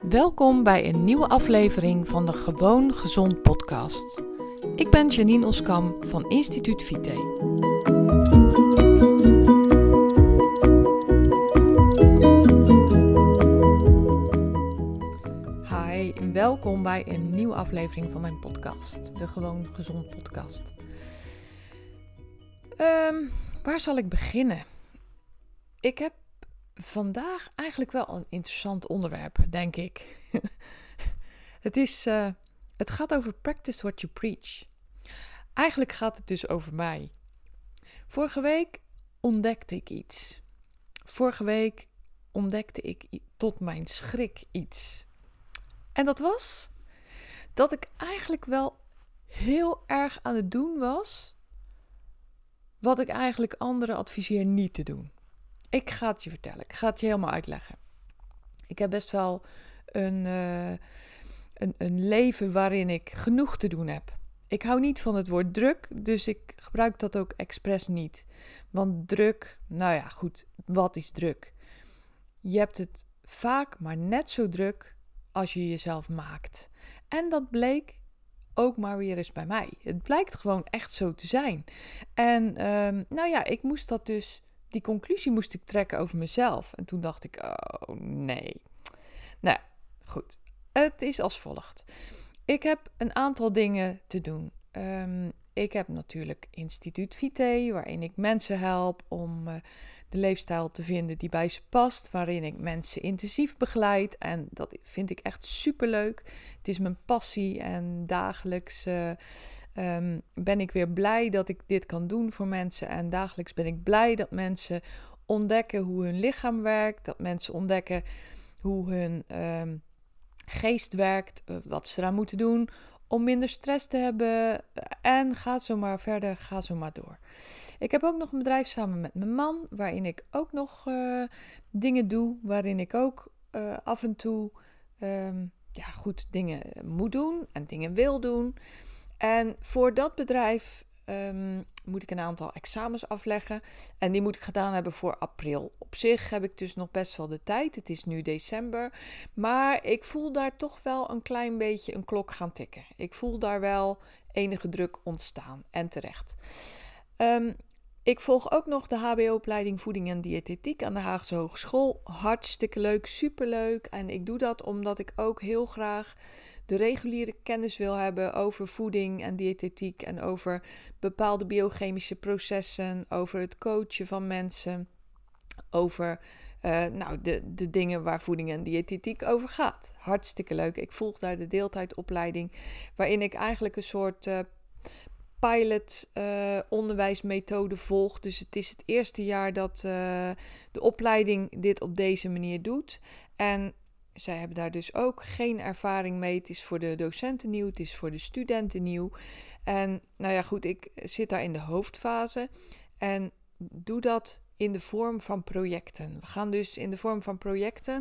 Welkom bij een nieuwe aflevering van de Gewoon Gezond podcast. Ik ben Janine Oskam van Instituut Vitae. Hi, welkom bij een nieuwe aflevering van mijn podcast, de Gewoon Gezond podcast. Waar zal ik beginnen? Ik heb vandaag eigenlijk wel een interessant onderwerp, denk ik. Het gaat over practice what you preach. Eigenlijk gaat het dus over mij. Vorige week ontdekte ik iets. Vorige week ontdekte ik tot mijn schrik iets. En dat was dat ik eigenlijk wel heel erg aan het doen was wat ik eigenlijk anderen adviseer niet te doen. Ik ga het je vertellen. Ik ga het je helemaal uitleggen. Ik heb best wel een leven waarin ik genoeg te doen heb. Ik hou niet van het woord druk, dus ik gebruik dat ook expres niet. Want druk, nou ja, goed, wat is druk? Je hebt het vaak maar net zo druk als je jezelf maakt. En dat bleek ook maar weer eens bij mij. Het blijkt gewoon echt zo te zijn. En ik moest dat dus... Die conclusie moest ik trekken over mezelf. En toen dacht ik, oh nee. Nou, goed. Het is als volgt. Ik heb een aantal dingen te doen. Ik heb natuurlijk Instituut Vitae, waarin ik mensen help om de leefstijl te vinden die bij ze past. Waarin ik mensen intensief begeleid. En dat vind ik echt superleuk. Het is mijn passie en dagelijks... ben ik weer blij dat ik dit kan doen voor mensen. En dagelijks ben ik blij dat mensen ontdekken hoe hun lichaam werkt. Dat mensen ontdekken hoe hun geest werkt. Wat ze eraan moeten doen om minder stress te hebben. En ga zo maar verder, ga zo maar door. Ik heb ook nog een bedrijf samen met mijn man. Waarin ik ook nog dingen doe. Waarin ik ook af en toe dingen moet doen en dingen wil doen. En voor dat bedrijf moet ik een aantal examens afleggen. En die moet ik gedaan hebben voor april. Op zich heb ik dus nog best wel de tijd. Het is nu december. Maar ik voel daar toch wel een klein beetje een klok gaan tikken. Ik voel daar wel enige druk ontstaan. En terecht. Ik volg ook nog de HBO-opleiding Voeding en Diëtetiek aan de Haagse Hogeschool. Hartstikke leuk, superleuk. En ik doe dat omdat ik ook heel graag de reguliere kennis wil hebben over voeding en diëtetiek en over bepaalde biochemische processen, over het coachen van mensen, over de dingen waar voeding en diëtetiek over gaat. Hartstikke leuk. Ik volg daar de deeltijdopleiding, waarin ik eigenlijk een soort pilot onderwijsmethode volg. Dus het is het eerste jaar dat de opleiding dit op deze manier doet. En zij hebben daar dus ook geen ervaring mee. Het is voor de docenten nieuw, het is voor de studenten nieuw. En nou ja, goed, ik zit daar in de hoofdfase en doe dat in de vorm van projecten. We gaan dus in de vorm van projecten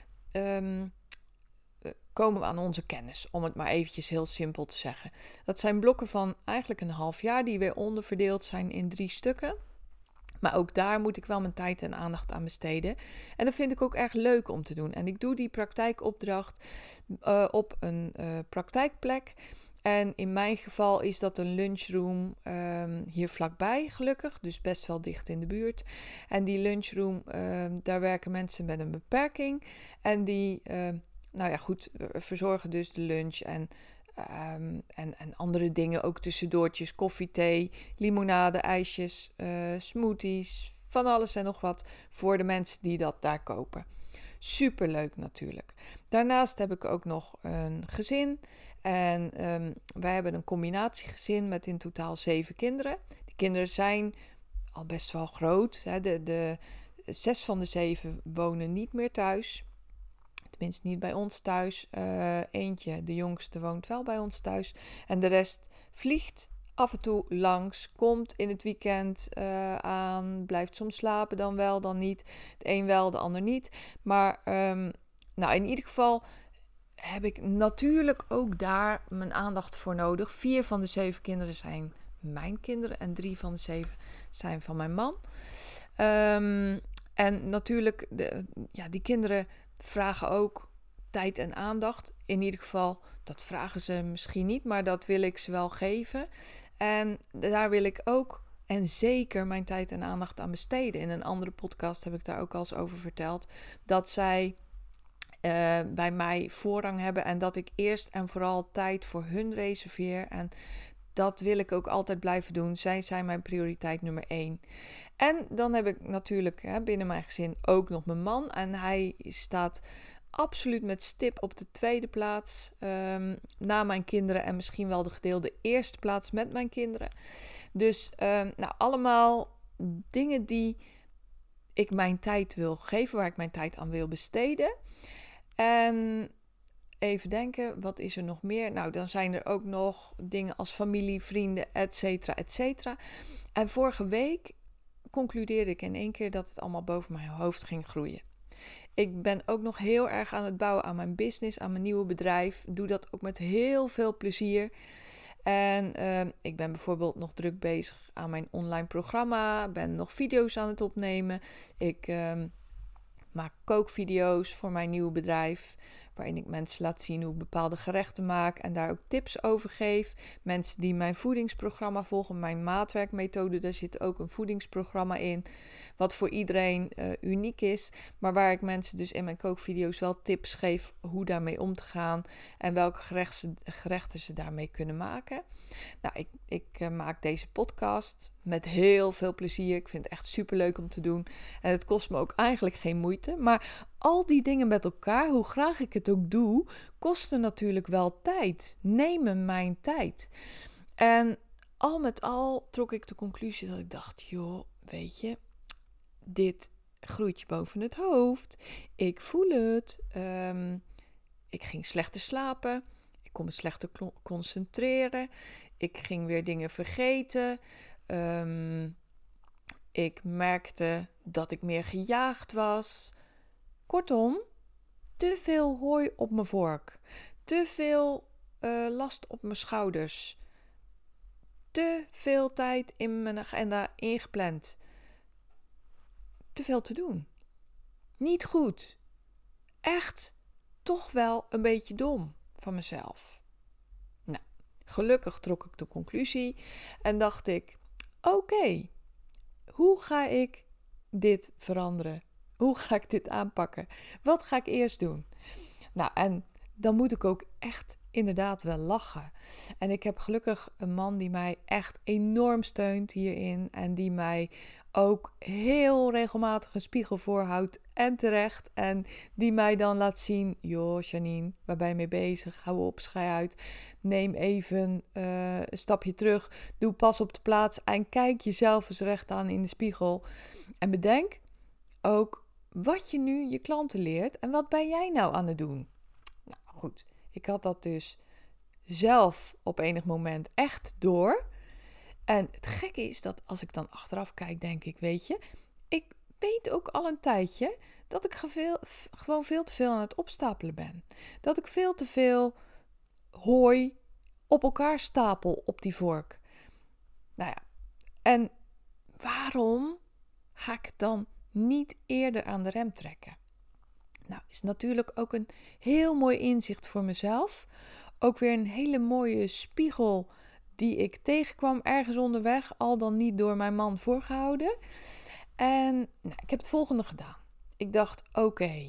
komen we aan onze kennis, om het maar eventjes heel simpel te zeggen. Dat zijn blokken van eigenlijk een half jaar die weer onderverdeeld zijn in 3 stukken. Maar ook daar moet ik wel mijn tijd en aandacht aan besteden. En dat vind ik ook erg leuk om te doen. En ik doe die praktijkopdracht op een praktijkplek. En in mijn geval is dat een lunchroom hier vlakbij, gelukkig. Dus best wel dicht in de buurt. En die lunchroom, daar werken mensen met een beperking. En die, verzorgen dus de lunch en andere dingen, ook tussendoortjes, koffie, thee, limonade, ijsjes, smoothies, van alles en nog wat voor de mensen die dat daar kopen. Superleuk natuurlijk. Daarnaast heb ik ook nog een gezin en wij hebben een combinatiegezin met in totaal 7 kinderen. Die kinderen zijn al best wel groot. Hè. De 6 van de 7 wonen niet meer thuis. Tenminste niet bij ons thuis. Eentje, de jongste, woont wel bij ons thuis. En de rest vliegt af en toe langs. Komt in het weekend aan. Blijft soms slapen, dan wel, dan niet. De een wel, de ander niet. Maar in ieder geval heb ik natuurlijk ook daar mijn aandacht voor nodig. 4 van de 7 kinderen zijn mijn kinderen. En 3 van de 7 zijn van mijn man. En natuurlijk, die kinderen vragen ook tijd en aandacht. In ieder geval, dat vragen ze misschien niet, maar dat wil ik ze wel geven. En daar wil ik ook en zeker mijn tijd en aandacht aan besteden. In een andere podcast heb ik daar ook al eens over verteld. Dat zij bij mij voorrang hebben en dat ik eerst en vooral tijd voor hun reserveer. En dat wil ik ook altijd blijven doen. Zij zijn mijn prioriteit nummer 1. En dan heb ik natuurlijk binnen mijn gezin ook nog mijn man. En hij staat absoluut met stip op de tweede plaats na mijn kinderen. En misschien wel de gedeelde eerste plaats met mijn kinderen. Dus allemaal dingen die ik mijn tijd wil geven. Waar ik mijn tijd aan wil besteden. En even denken, wat is er nog meer? Nou, dan zijn er ook nog dingen als familie, vrienden, et cetera, et cetera. En vorige week concludeerde ik in één keer dat het allemaal boven mijn hoofd ging groeien. Ik ben ook nog heel erg aan het bouwen aan mijn business, aan mijn nieuwe bedrijf. Doe dat ook met heel veel plezier. En ik ben bijvoorbeeld nog druk bezig aan mijn online programma. Ben nog video's aan het opnemen. Ik maak kookvideo's voor mijn nieuwe bedrijf, waarin ik mensen laat zien hoe ik bepaalde gerechten maak en daar ook tips over geef. Mensen die mijn voedingsprogramma volgen, mijn maatwerkmethode, daar zit ook een voedingsprogramma in, wat voor iedereen uniek is, maar waar ik mensen dus in mijn kookvideo's wel tips geef hoe daarmee om te gaan en welke gerechten ze daarmee kunnen maken. Nou, ik maak deze podcast met heel veel plezier. Ik vind het echt superleuk om te doen. En het kost me ook eigenlijk geen moeite. Maar al die dingen met elkaar, hoe graag ik het ook doe, kosten natuurlijk wel tijd. Nemen mijn tijd. En al met al trok ik de conclusie dat ik dacht, joh, weet je, dit groeit je boven het hoofd. Ik voel het. Ik ging slechter slapen. Ik kon me slechter concentreren. Ik ging weer dingen vergeten. Ik merkte dat ik meer gejaagd was. Kortom, te veel hooi op mijn vork. Te veel last op mijn schouders. Te veel tijd in mijn agenda ingepland. Te veel te doen. Niet goed. Echt toch wel een beetje dom van mezelf. Nou, gelukkig trok ik de conclusie en dacht ik, oké, hoe ga ik dit veranderen? Hoe ga ik dit aanpakken? Wat ga ik eerst doen? Nou, en dan moet ik ook echt inderdaad wel lachen. En ik heb gelukkig een man die mij echt enorm steunt hierin. En die mij ook heel regelmatig een spiegel voorhoudt. En terecht. En die mij dan laat zien. Joh, Janine, waar ben je mee bezig? Hou op, schei uit. Neem even een stapje terug. Doe pas op de plaats. En kijk jezelf eens recht aan in de spiegel. En bedenk ook wat je nu je klanten leert. En wat ben jij nou aan het doen? Nou goed, ik had dat dus zelf op enig moment echt door. En het gekke is dat als ik dan achteraf kijk, denk ik, weet je, ik weet ook al een tijdje dat ik gewoon veel te veel aan het opstapelen ben. Dat ik veel te veel hooi op elkaar stapel op die vork. Nou ja, en waarom ga ik dan niet eerder aan de rem trekken? Nou, is natuurlijk ook een heel mooi inzicht voor mezelf. Ook weer een hele mooie spiegel die ik tegenkwam ergens onderweg, al dan niet door mijn man voorgehouden. En ik heb het volgende gedaan. Ik dacht, oké,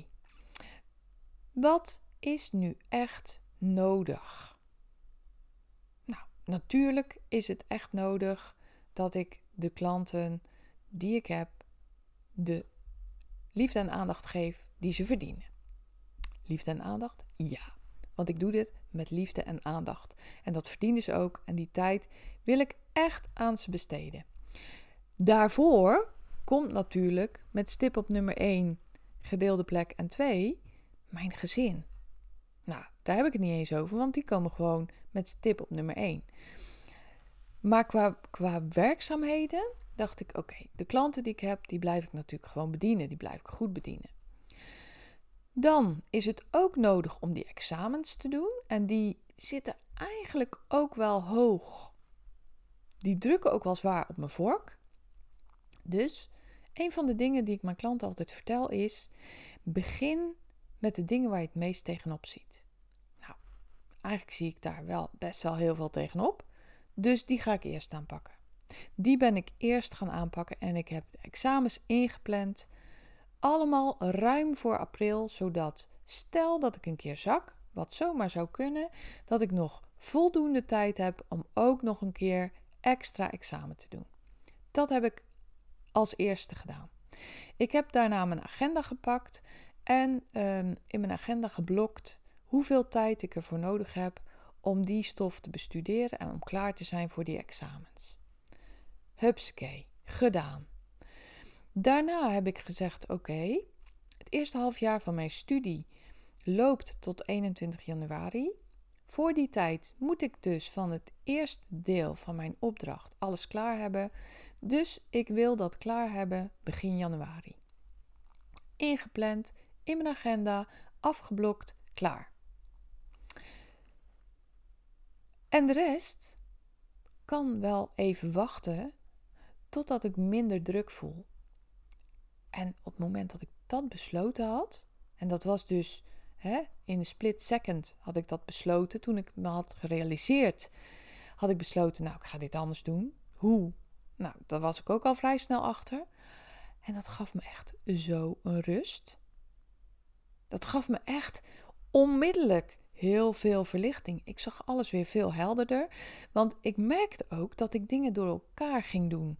wat is nu echt nodig? Nou, natuurlijk is het echt nodig dat ik de klanten die ik heb de liefde en aandacht geef die ze verdienen. Liefde en aandacht? Ja. Want ik doe dit met liefde en aandacht. En dat verdienen ze ook. En die tijd wil ik echt aan ze besteden. Daarvoor komt natuurlijk met stip op nummer 1 gedeelde plek en 2 mijn gezin. Nou, daar heb ik het niet eens over, want die komen gewoon met stip op nummer 1. Maar qua werkzaamheden dacht ik, oké, de klanten die ik heb, die blijf ik natuurlijk gewoon bedienen. Die blijf ik goed bedienen. Dan is het ook nodig om die examens te doen. En die zitten eigenlijk ook wel hoog. Die drukken ook wel zwaar op mijn vork. Dus een van de dingen die ik mijn klanten altijd vertel is: begin met de dingen waar je het meest tegenop ziet? Nou, eigenlijk zie ik daar wel best wel heel veel tegenop. Dus die ga ik eerst aanpakken. Die ben ik eerst gaan aanpakken en ik heb de examens ingepland. Allemaal ruim voor april, zodat stel dat ik een keer zak, wat zomaar zou kunnen, dat ik nog voldoende tijd heb om ook nog een keer extra examen te doen. Dat heb ik als eerste gedaan. Ik heb daarna mijn agenda gepakt en in mijn agenda geblokt hoeveel tijd ik ervoor nodig heb om die stof te bestuderen en om klaar te zijn voor die examens. Hupsakee, gedaan. Daarna heb ik gezegd, oké, het eerste halfjaar van mijn studie loopt tot 21 januari. Voor die tijd moet ik dus van het eerste deel van mijn opdracht alles klaar hebben. Dus ik wil dat klaar hebben begin januari. Ingepland, in mijn agenda, afgeblokt, klaar. En de rest kan wel even wachten totdat ik minder druk voel. En op het moment dat ik dat besloten had, en dat was dus in een split second had ik dat besloten. Toen ik me had gerealiseerd, had ik besloten, nou, ik ga dit anders doen. Hoe? Nou, daar was ik ook al vrij snel achter. En dat gaf me echt zo een rust. Dat gaf me echt onmiddellijk heel veel verlichting. Ik zag alles weer veel helderder. Want ik merkte ook dat ik dingen door elkaar ging doen.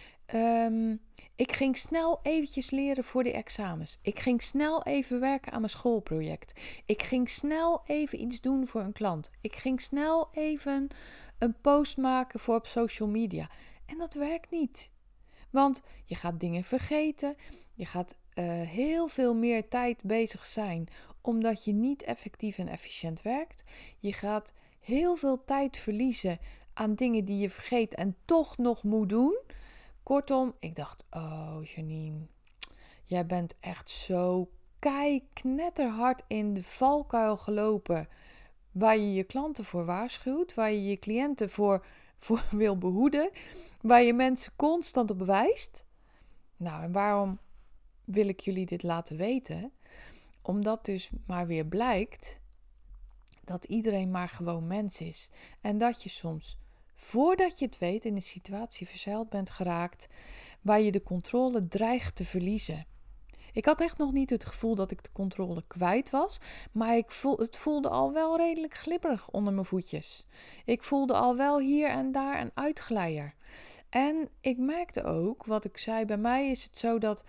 Ik ging snel eventjes leren voor de examens. Ik ging snel even werken aan mijn schoolproject. Ik ging snel even iets doen voor een klant. Ik ging snel even een post maken voor op social media. En dat werkt niet. Want je gaat dingen vergeten. Je gaat heel veel meer tijd bezig zijn omdat je niet effectief en efficiënt werkt. Je gaat heel veel tijd verliezen aan dingen die je vergeet en toch nog moet doen. Kortom, ik dacht, oh Janine, jij bent echt zo knetterhard in de valkuil gelopen waar je je klanten voor waarschuwt, waar je je cliënten voor wil behoeden, waar je mensen constant op wijst. Nou, en waarom wil ik jullie dit laten weten? Omdat dus maar weer blijkt dat iedereen maar gewoon mens is. En dat je soms, voordat je het weet, in een situatie verzeild bent geraakt waar je de controle dreigt te verliezen. Ik had echt nog niet het gevoel dat ik de controle kwijt was, maar het voelde al wel redelijk glibberig onder mijn voetjes. Ik voelde al wel hier en daar een uitglijder. En ik merkte ook, wat ik zei, bij mij is het zo dat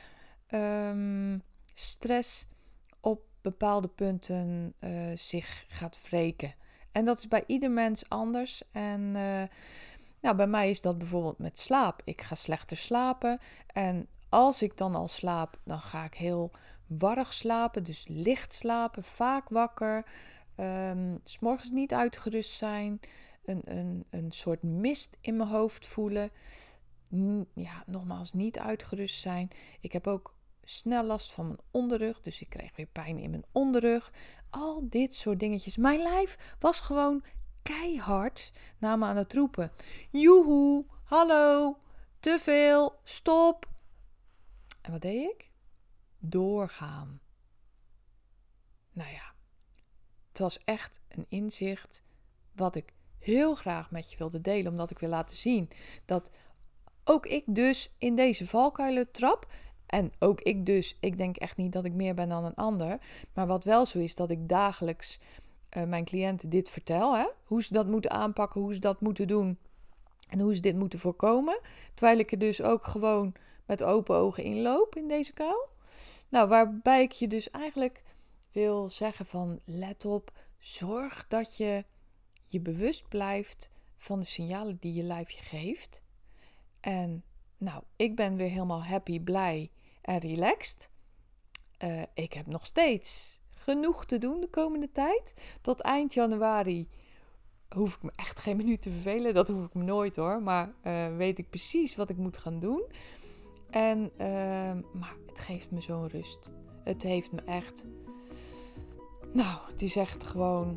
stress op bepaalde punten zich gaat wreken. En dat is bij ieder mens anders. En bij mij is dat bijvoorbeeld met slaap. Ik ga slechter slapen. En als ik dan al slaap, dan ga ik heel warrig slapen. Dus licht slapen, vaak wakker. 's Morgens niet uitgerust zijn. Een soort mist in mijn hoofd voelen. Nogmaals, niet uitgerust zijn. Ik heb ook snel last van mijn onderrug. Dus ik kreeg weer pijn in mijn onderrug. Al dit soort dingetjes. Mijn lijf was gewoon keihard naar me aan het roepen. Joehoe, hallo, te veel, stop. En wat deed ik? Doorgaan. Nou ja, het was echt een inzicht wat ik heel graag met je wilde delen. Omdat ik wil laten zien dat ook ik dus in deze valkuilen trap. En ook ik denk echt niet dat ik meer ben dan een ander. Maar wat wel zo is, dat ik dagelijks mijn cliënten dit vertel. Hè? Hoe ze dat moeten aanpakken, hoe ze dat moeten doen. En hoe ze dit moeten voorkomen. Terwijl ik er dus ook gewoon met open ogen inloop in deze kuil. Nou, waarbij ik je dus eigenlijk wil zeggen van let op. Zorg dat je je bewust blijft van de signalen die je lijf je geeft. En nou, ik ben weer helemaal happy, blij en relaxed. Ik heb nog steeds genoeg te doen de komende tijd. Tot eind januari hoef ik me echt geen minuut te vervelen. Dat hoef ik me nooit hoor. Maar weet ik precies wat ik moet gaan doen. En, maar het geeft me zo'n rust. Het heeft me echt... Nou, het is echt gewoon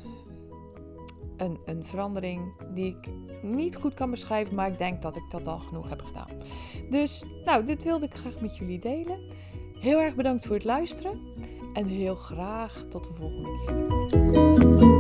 een verandering die ik niet goed kan beschrijven. Maar ik denk dat ik dat al genoeg heb gedaan. Dus, nou, dit wilde ik graag met jullie delen. Heel erg bedankt voor het luisteren. En heel graag tot de volgende keer.